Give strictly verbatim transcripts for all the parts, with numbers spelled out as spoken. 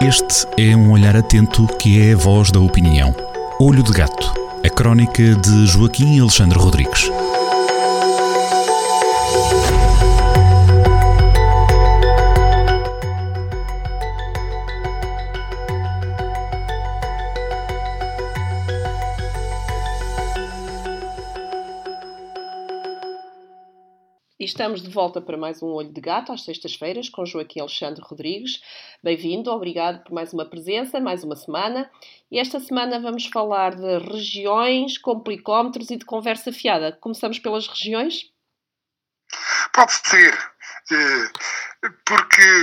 Este é um olhar atento que é a voz da opinião. Olho de Gato, a crónica de Joaquim Alexandre Rodrigues. E estamos de volta para mais um Olho de Gato, às sextas-feiras, com Joaquim Alexandre Rodrigues. Bem-vindo, obrigado por mais uma presença, mais uma semana. E esta semana vamos falar de regiões, complicómetros e de conversa fiada. Começamos pelas regiões? Pode ser, porque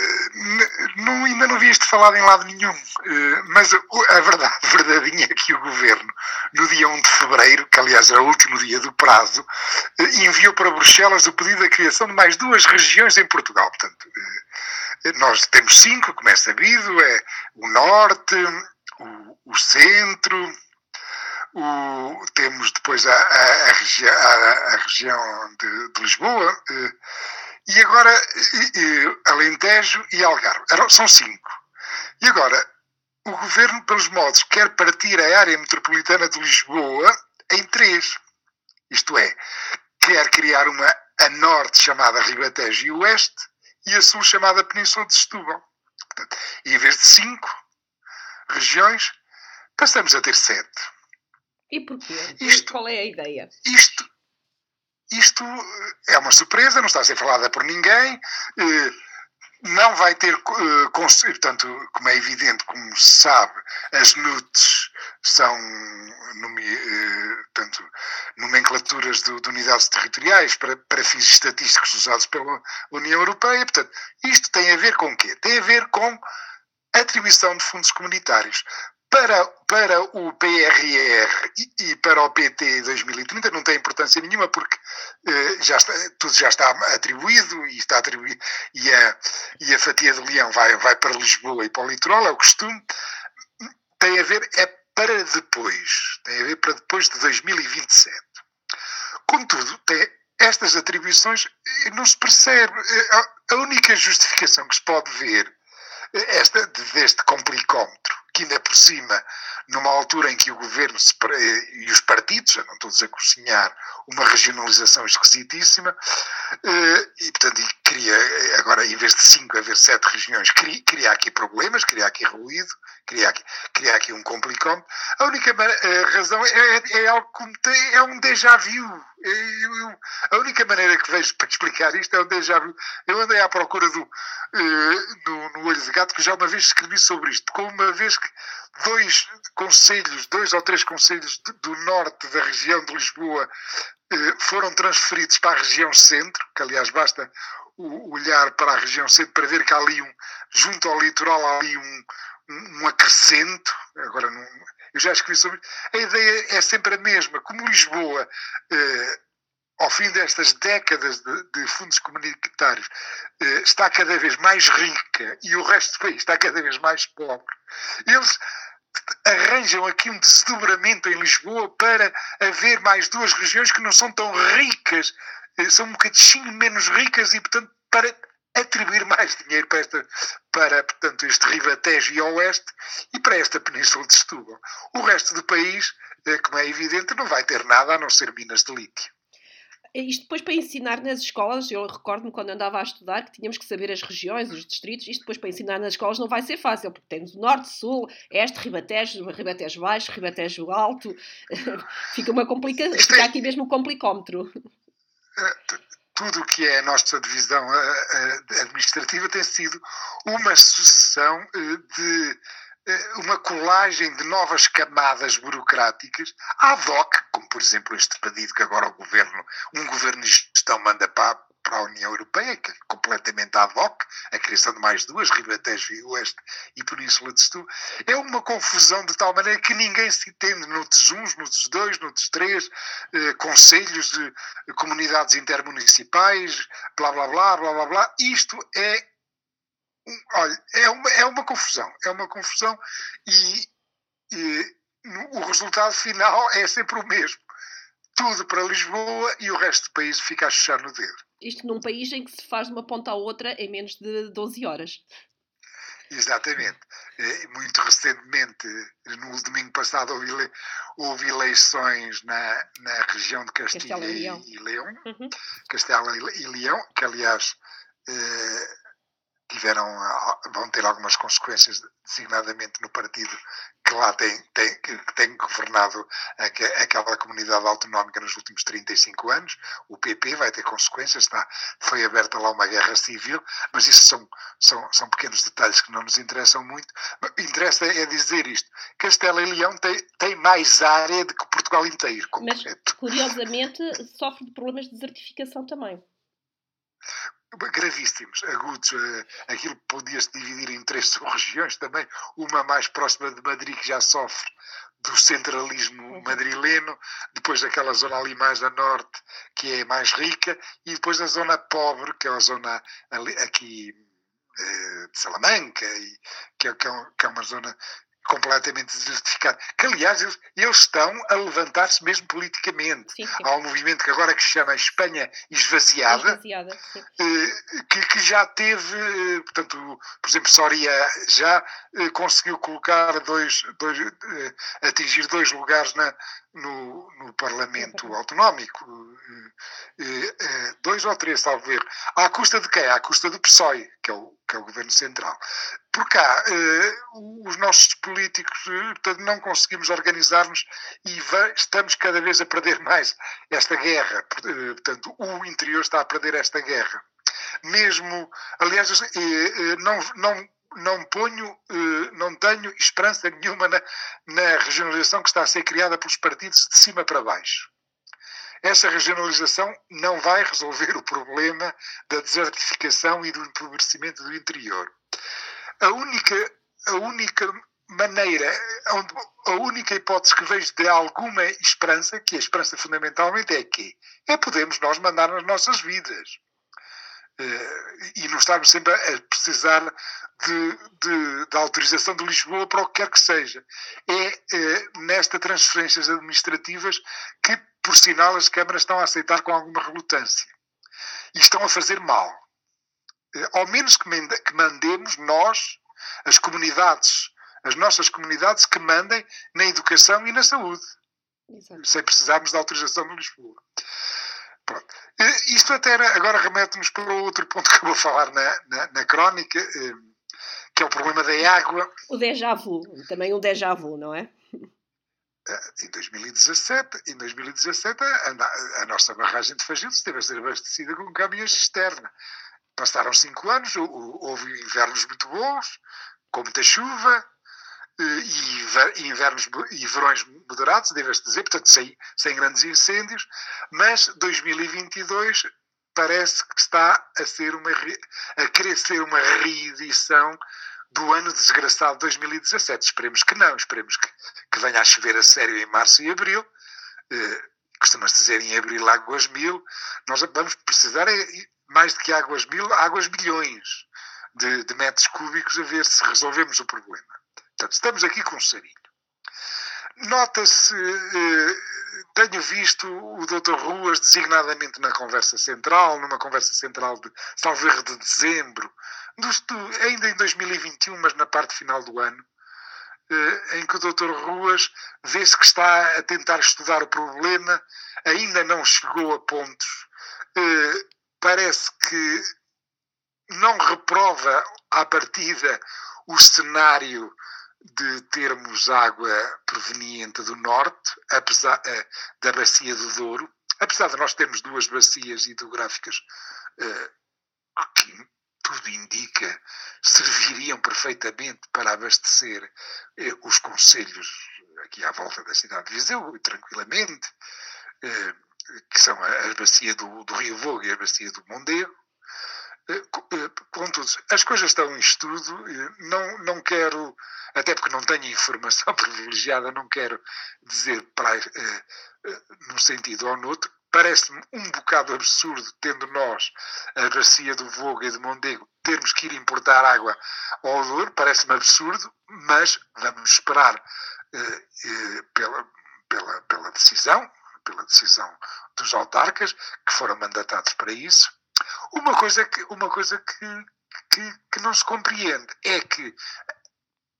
não, ainda não vi isto falado em lado nenhum, mas a verdade verdadeira é que o Governo, no dia primeiro de fevereiro, que aliás era o último dia do prazo, enviou para Bruxelas o pedido da criação de mais duas regiões em Portugal. Portanto, nós temos cinco, como é sabido, é o Norte, o, o Centro, o, temos depois a, a, a, regi- a, a região de, de Lisboa, e agora e, e, Alentejo e Algarve. São cinco. E agora, o Governo, pelos modos, quer partir a área metropolitana de Lisboa em três. Isto é, quer criar uma a norte chamada Ribatejo e Oeste e a sul chamada Península de Setúbal. Portanto, em vez de cinco regiões, passamos a ter sete. E porquê? Isto, Qual é a ideia? Isto, isto é uma surpresa, não está a ser falada por ninguém. Não vai ter, portanto, como é evidente, como se sabe, as N U Ts são portanto, nomenclaturas de, de unidades territoriais para, para fins estatísticos usados pela União Europeia. Portanto, isto tem a ver com o quê? Tem a ver com atribuição de fundos comunitários. Para, para o P R R e, e para o P T dois mil e trinta não tem importância nenhuma porque eh, já está, tudo já está atribuído e, está atribuído, e, a, e a fatia de Leão vai, vai para Lisboa e para o litoral, é o costume. Tem a ver, é para depois, tem a ver para depois de dois mil e vinte e sete. Contudo, tem, estas atribuições não se percebe. A, a única justificação que se pode ver esta, deste complicómetro, que ainda por cima, numa altura em que o Governo se, e os partidos já não todos a cozinhar uma regionalização esquisitíssima, e portanto e cria, agora em vez de cinco haver sete regiões, cria, cria aqui problemas, cria aqui ruído, cria aqui, cria aqui um complicómetro. A única a razão é, é algo como tem, é um déjà vu. Eu, eu, a única maneira que vejo para explicar isto é um déjà vu. Eu andei à procura do, uh, no, no Olho de Gato, que já uma vez escrevi sobre isto, como uma vez que dois concelhos, dois ou três concelhos de, do norte da região de Lisboa uh, foram transferidos para a região centro, que aliás basta o, olhar para a região centro para ver que há ali um, junto ao litoral há ali um, um, um acrescento, agora não... Eu já escrevi sobre isso. A ideia é sempre a mesma. Como Lisboa, eh, ao fim destas décadas de, de fundos comunitários, eh, está cada vez mais rica e o resto do país está cada vez mais pobre, eles arranjam aqui um desdobramento em Lisboa para haver mais duas regiões que não são tão ricas, eh, são um bocadinho menos ricas e, portanto, para atribuir mais dinheiro para, esta, para portanto, este Ribatejo e Oeste e para esta Península de Setúbal. O resto do país, como é evidente, não vai ter nada a não ser minas de lítio. Isto depois para ensinar nas escolas, eu recordo-me quando andava a estudar que tínhamos que saber as regiões, os distritos, isto depois para ensinar nas escolas não vai ser fácil, porque temos o Norte, Sul, Este, Ribatejo, Ribatejo Baixo, Ribatejo Alto, fica uma complicação, fica é... aqui mesmo um complicómetro. Tudo o que é a nossa divisão administrativa tem sido uma sucessão de uma colagem de novas camadas burocráticas ad hoc, como por exemplo este pedido que agora o governo, um governo de gestão manda para, para a União Europeia, que é completamente ad hoc, a criação de mais duas, Ribatejo e Oeste e Península de Setúbal. É uma confusão de tal maneira que ninguém se entende noutros uns, noutros dois, noutros três, eh, conselhos de comunidades intermunicipais, blá blá blá, blá blá blá. Isto é Olha, é uma, é uma confusão, é uma confusão e, e o resultado final é sempre o mesmo. Tudo para Lisboa e o resto do país fica a chuchar no dedo. Isto num país em que se faz de uma ponta à outra em menos de doze horas. Exatamente. Muito recentemente, no domingo passado, houve, houve eleições na, na região de Castilha Castela e Leão, e, e Leão, uhum. Castela e Leão, que aliás eh, tiveram, vão ter algumas consequências, designadamente no partido que lá tem, tem, que tem governado aquela comunidade autonómica nos últimos trinta e cinco anos. O P P vai ter consequências, está, foi aberta lá uma guerra civil, mas isso são, são, são pequenos detalhes que não nos interessam muito. Interessa é dizer isto: Castela e Leão tem, tem mais área do que Portugal inteiro. Mas, concreto. Curiosamente, sofre de problemas de desertificação também. Gravíssimos, agudos. Aquilo podia-se dividir em três sub-regiões também, uma mais próxima de Madrid, que já sofre do centralismo madrileno, depois aquela zona ali mais a norte, que é mais rica, e depois a zona pobre, que é a zona ali, aqui de Salamanca, e, que, é, que é uma zona completamente desertificada, que aliás eles, eles estão a levantar-se mesmo politicamente. Sim, sim. Há um movimento que agora que se chama Espanha Esvaziada, Esvaziada sim. que, que já teve, portanto, por exemplo, Soria já conseguiu colocar dois, dois atingir dois lugares na, no, no Parlamento Uhum. Autonómico, dois ou três, salvo erro, à custa de quem? À custa do P S O E, que é o, que é o Governo Central. Por cá, os nossos políticos, portanto, não conseguimos organizar-nos e estamos cada vez a perder mais esta guerra. Portanto, o interior está a perder esta guerra. Mesmo, aliás, não, não, não ponho, não tenho esperança nenhuma na, na regionalização que está a ser criada pelos partidos de cima para baixo. Essa regionalização não vai resolver o problema da desertificação e do empobrecimento do interior. A única, a única maneira, a única hipótese que vejo de alguma esperança, que a esperança fundamentalmente é que é podermos nós mandar nas nossas vidas. E não estarmos sempre a precisar de, de, de autorização de Lisboa para o que quer que seja. É, é nesta transferências administrativas que, por sinal, as câmaras estão a aceitar com alguma relutância. E estão a fazer mal. Ao menos que mandemos nós, as comunidades, as nossas comunidades, que mandem na educação e na saúde. Exato. Sem precisarmos da autorização de Lisboa. Pronto. Isto até era, agora remete-nos para outro ponto que eu vou falar na, na, na crónica, que é o problema da água. O déjà vu, também um déjà vu, não é? Em dois mil e dezassete, em dois mil e dezassete a, a nossa barragem de Fagil esteve a ser abastecida com caminhões de cisterna. Passaram cinco anos, houve invernos muito bons, com muita chuva, e invernos e verões moderados, deve-se dizer, portanto sem, sem grandes incêndios, mas dois mil e vinte e dois parece que está a, ser uma, a querer ser uma reedição do ano desgraçado de dois mil e dezassete. Esperemos que não, esperemos que, que venha a chover a sério em março e abril. Eh, costuma-se dizer em abril águas mil. Nós vamos precisar, mais do que águas mil, águas milhões de, de metros cúbicos, a ver se resolvemos o problema. Portanto, estamos aqui com um sarilho. Nota-se, eh, tenho visto o doutor Ruas designadamente na conversa central, numa conversa central de, salvo erro, de dezembro, do, ainda em dois mil e vinte e um, mas na parte final do ano, eh, em que o doutor Ruas vê-se que está a tentar estudar o problema, ainda não chegou a pontos, eh, parece que não reprova à partida o cenário de termos água proveniente do norte, apesar uh, da bacia do Douro, apesar de nós termos duas bacias hidrográficas uh, que tudo indica serviriam perfeitamente para abastecer uh, os concelhos aqui à volta da cidade de Viseu, tranquilamente, uh, que são a, a bacia do, do Rio Vogo e a bacia do Mondego. Contudo, as coisas estão em estudo, não, não quero, até porque não tenho informação privilegiada, não quero dizer para, eh, num sentido ou noutro. Parece-me um bocado absurdo, tendo nós a bacia do Vogo e do Mondego, termos que ir importar água ao Douro, parece-me absurdo, mas vamos esperar eh, eh, pela, pela, pela decisão, pela decisão dos autarcas, que foram mandatados para isso. Uma coisa, que, uma coisa que, que, que não se compreende é que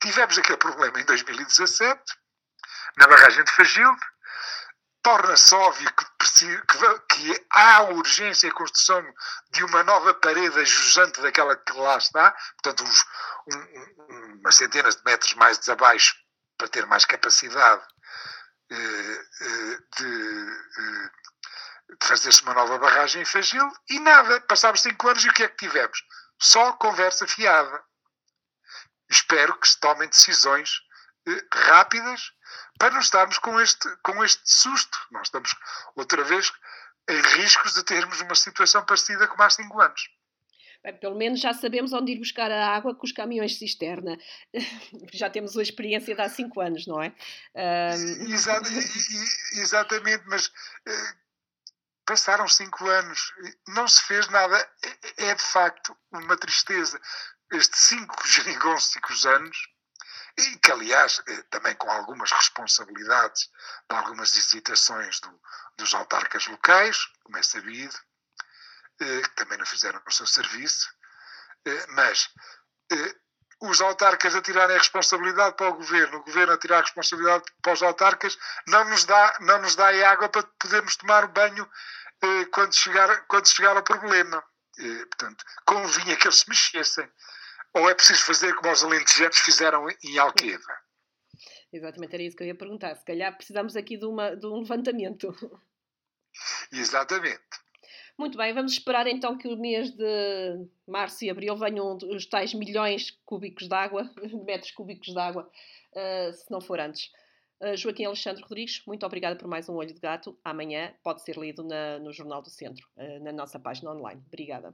tivemos aquele problema em dois mil e dezassete, na barragem de Fagilde. Torna-se óbvio que, que, que há urgência em construção de uma nova parede ajusante daquela que lá está, portanto, uns, um, umas centenas de metros mais abaixo, para ter mais capacidade eh, eh, de, eh, de fazer-se uma nova barragem em Fagilde, e nada, passámos cinco anos e o que é que tivemos? Só conversa fiada. Espero que se tomem decisões eh, rápidas, para não estarmos com este, com este susto. Nós estamos, outra vez, em riscos de termos uma situação parecida como há cinco anos. Bem, pelo menos já sabemos onde ir buscar a água com os caminhões de cisterna. Já temos a experiência de há cinco anos, não é? Um... Exato, exatamente, mas uh, passaram cinco anos, não se fez nada. É, é de facto uma tristeza. Estes cinco geringonçicos anos, e que, aliás, também com algumas responsabilidades de algumas hesitações do, dos autarcas locais, como é sabido, que também não fizeram o seu serviço, mas os autarcas a tirarem a responsabilidade para o governo, o governo a tirar a responsabilidade para os autarcas, não nos dá, não nos dá água para podermos tomar banho quando chegar, quando chegar ao problema. Portanto, convinha que eles se mexessem. Ou é preciso fazer como os alentejanos fizeram em Alqueva? Exatamente, era isso que eu ia perguntar. Se calhar precisamos aqui de, uma, de um levantamento. Exatamente. Muito bem, vamos esperar então que o mês de março e abril venham os tais milhões cúbicos de água, metros cúbicos de água, uh, se não for antes. Uh, Joaquim Alexandre Rodrigues, muito obrigada por mais um Olho de Gato. Amanhã pode ser lido na, no Jornal do Centro, uh, na nossa página online. Obrigada.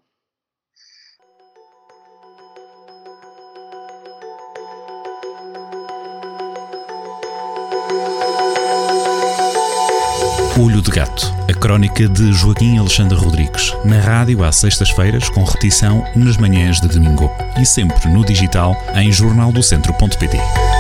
Olho de Gato, a crónica de Joaquim Alexandre Rodrigues, na rádio às sextas-feiras, com repetição nas manhãs de domingo e sempre no digital em jornal do centro ponto pt.